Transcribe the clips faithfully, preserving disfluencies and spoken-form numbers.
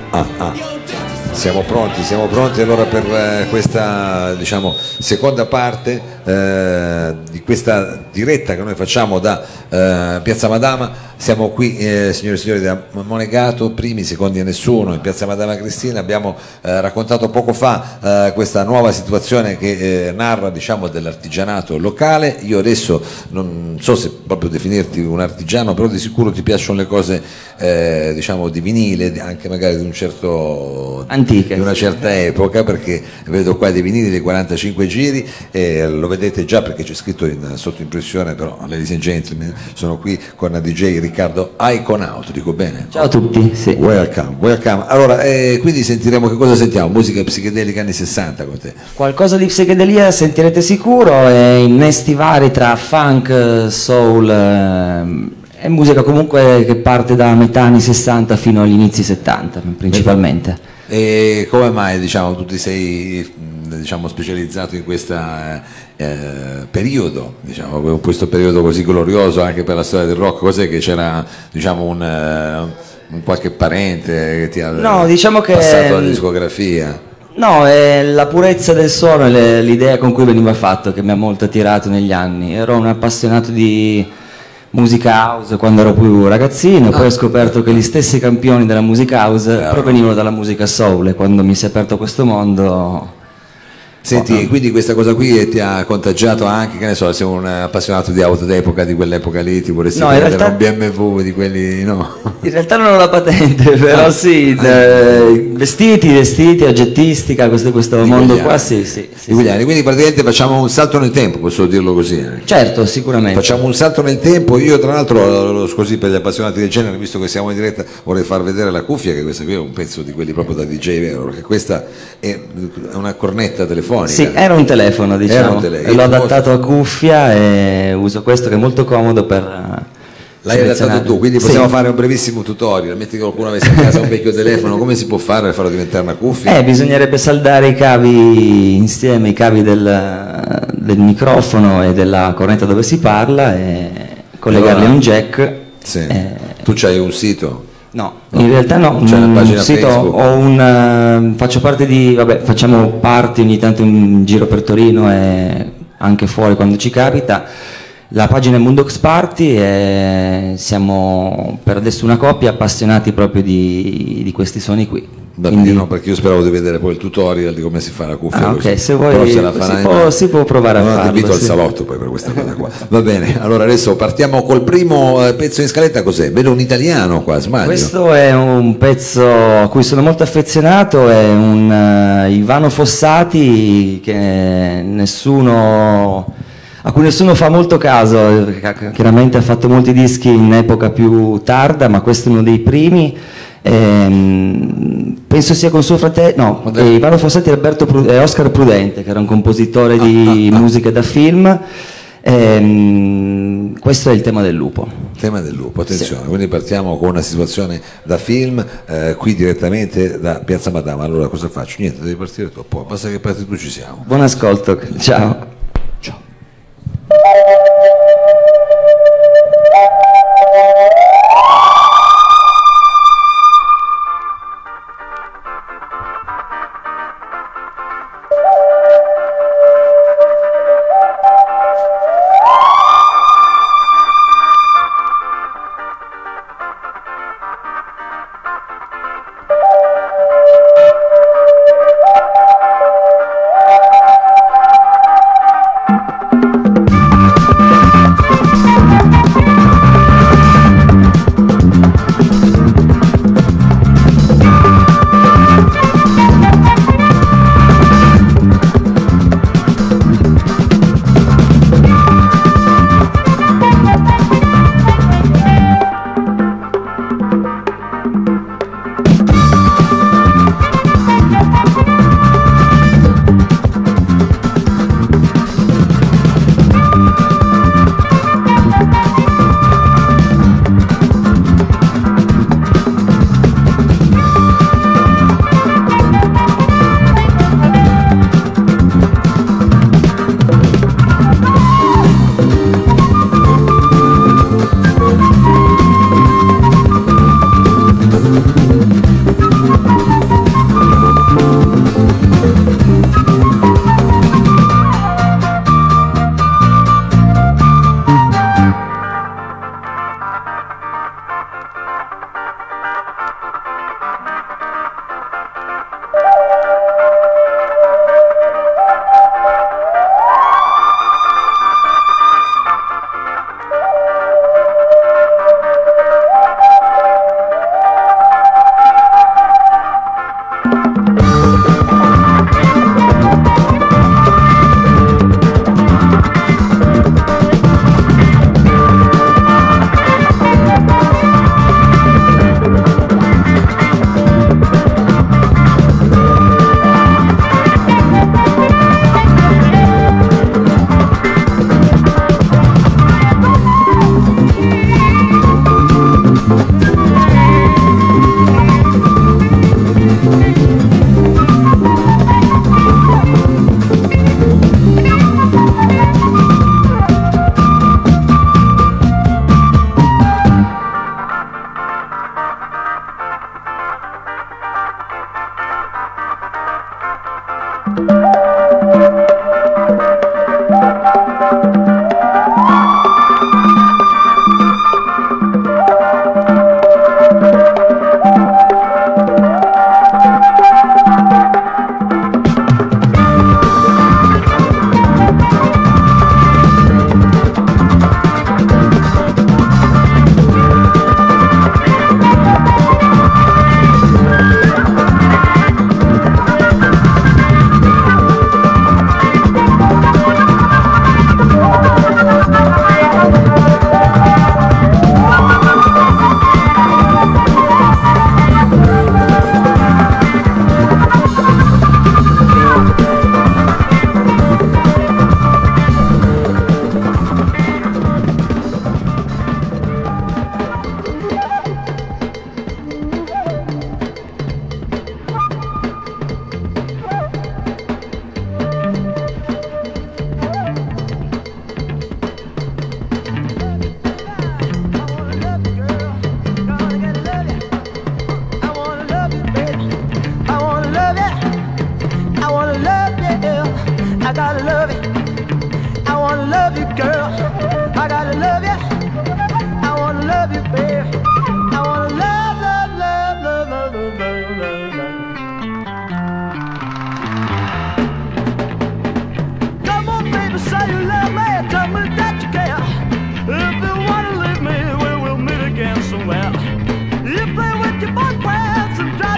Ah, ah. Siamo pronti, siamo pronti allora per eh, questa diciamo seconda parte eh, di questa diretta che noi facciamo da eh, Piazza Madama. Siamo qui, eh, signore e signori, da Monegato, primi, secondi a nessuno, in Piazza Madama Cristina. Abbiamo eh, raccontato poco fa eh, questa nuova situazione che eh, narra, diciamo, dell'artigianato locale. Io adesso non so se proprio definirti un artigiano, però di sicuro ti piacciono le cose eh, diciamo di vinile, anche magari di un certo antiche, di una certa epoca, perché vedo qua dei vinili dei quarantacinque giri e lo vedete già perché c'è scritto in sottoimpressione, però ladies and gentlemen, sono qui con D J Riccardo Iconaut, dico bene? Ciao a tutti, sì. Welcome, welcome. Allora, eh, quindi sentiremo, che cosa sentiamo? Musica psichedelica anni sessanta con te? Qualcosa di psichedelia sentirete sicuro, e innesti vari tra funk, soul, eh, è musica comunque che parte da metà anni sessanta fino agli inizi settanta principalmente. E come mai, diciamo, tu ti sei, diciamo, specializzato in questo eh, periodo, diciamo, questo periodo così glorioso anche per la storia del rock? Cos'è che c'era, diciamo, un, un qualche parente che ti ha no, diciamo che passato la discografia? No, è la purezza del suono e l'idea con cui veniva fatto che mi ha molto attirato negli anni. Ero un appassionato di musica house quando ero più ragazzino, poi ah, ho scoperto che gli stessi campioni della musica house Chiaro. provenivano dalla musica soul, e quando mi si è aperto questo mondo... Senti, oh, no. Quindi questa cosa qui ti ha contagiato anche, che ne so, sei un appassionato di auto d'epoca, di quell'epoca lì, ti vorresti no, prendere realtà... un B M W di quelli, no? In realtà non ho la patente, però ah, sì, ah, eh, vestiti, vestiti, oggettistica, questo, questo mondo Gugliani. qua, sì, sì. sì, Di sì. Quindi praticamente facciamo un salto nel tempo, posso dirlo così. Eh. Certo, sicuramente. Facciamo un salto nel tempo. Io tra l'altro, così per gli appassionati del genere, visto che siamo in diretta, vorrei far vedere la cuffia, che questa qui è un pezzo di quelli proprio da D J vero, perché questa è una cornetta telefonica. Sì, era un telefono, diciamo, un tele- e l'ho adattato a cuffia e uso questo che è molto comodo per... L'hai adattato tu, quindi possiamo sì. fare un brevissimo tutorial. Metti che qualcuno avesse a casa un vecchio telefono, come si può fare per farlo diventare una cuffia? Eh, bisognerebbe saldare i cavi insieme, i cavi del, del microfono e della cornetta dove si parla, e collegarli allora, a un jack. Sì. E... Tu c'hai un sito? No, no, in realtà no, c'è una pagina sito, Facebook? Ho un, faccio parte di, vabbè, facciamo parti ogni tanto in giro per Torino e anche fuori quando ci capita. La pagina è Moondogs Party e siamo per adesso una coppia appassionati proprio di, di questi suoni qui. Beh, Quindi... no, perché io speravo di vedere poi il tutorial di come si fa la cuffia. Ah, così. ok, se vuoi però se la si, farai, può, si può provare a non farlo. Non ti invito sì. al salotto poi per questa cosa qua. Va bene, allora adesso partiamo col primo pezzo in scaletta. Cos'è? Vedo un italiano qua, sbaglio? Questo è un pezzo a cui sono molto affezionato, è un uh, Ivano Fossati che nessuno... a cui nessuno fa molto caso, chiaramente ha fatto molti dischi in epoca più tarda, ma questo è uno dei primi. Ehm, penso sia con suo fratello, no, eh, Ivano Fossati e Alberto Pru- eh, Oscar Prudente, che era un compositore di ah, ah, musica da film. Ehm, questo è il tema del lupo. Tema del lupo, attenzione, sì. Quindi partiamo con una situazione da film, eh, qui direttamente da Piazza Madama. Allora cosa faccio? Niente, devi partire tu, poi basta che parti tu, ci siamo. Buon ascolto, ciao. Ciao.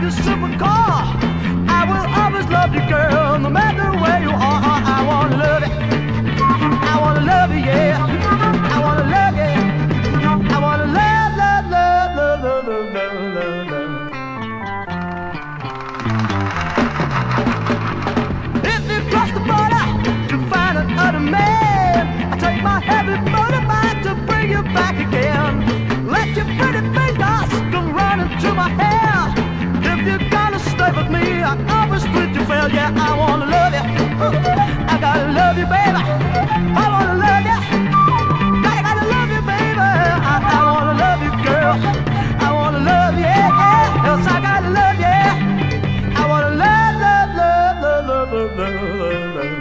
the supercar. I will always love you, girl, no matter where you are. I wanna love you. I wanna love you, yeah. I wanna love you. I wanna love, love, love, love, love, love, love, love. If you cross the border to find another man, I take my heavy motorbike to bring you back again. Let your pretty fingers come running to my hair. If you're gonna stay with me, I always treat you fair. Yeah, I wanna love you. I gotta love you, baby. I wanna love you. I gotta love you, baby. I, I wanna love you, girl. I wanna love you, yeah. Yes, I gotta love you. I wanna love, love, love, love, love, love, love, love.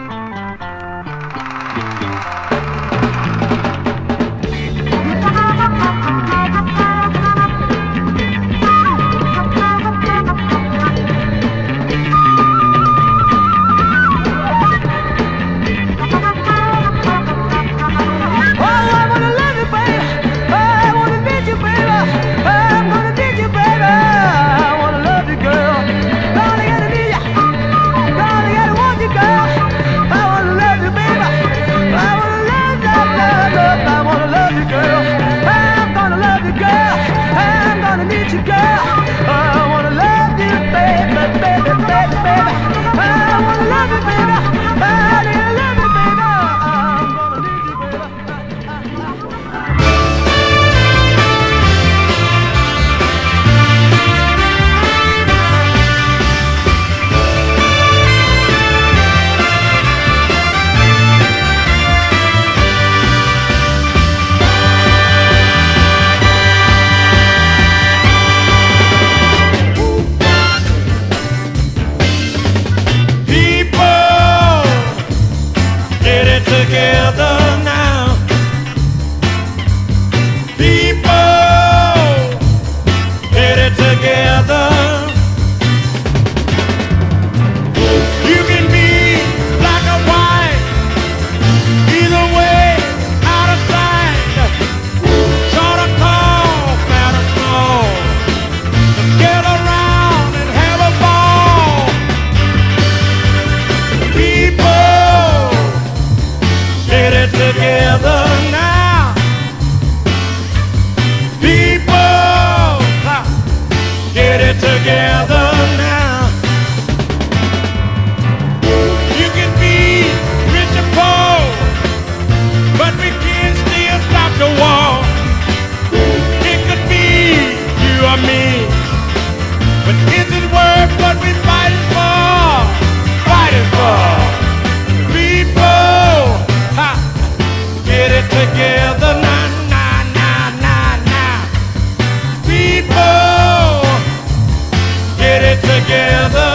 Together, nah, nah, nah, nah, nah. People, get it together.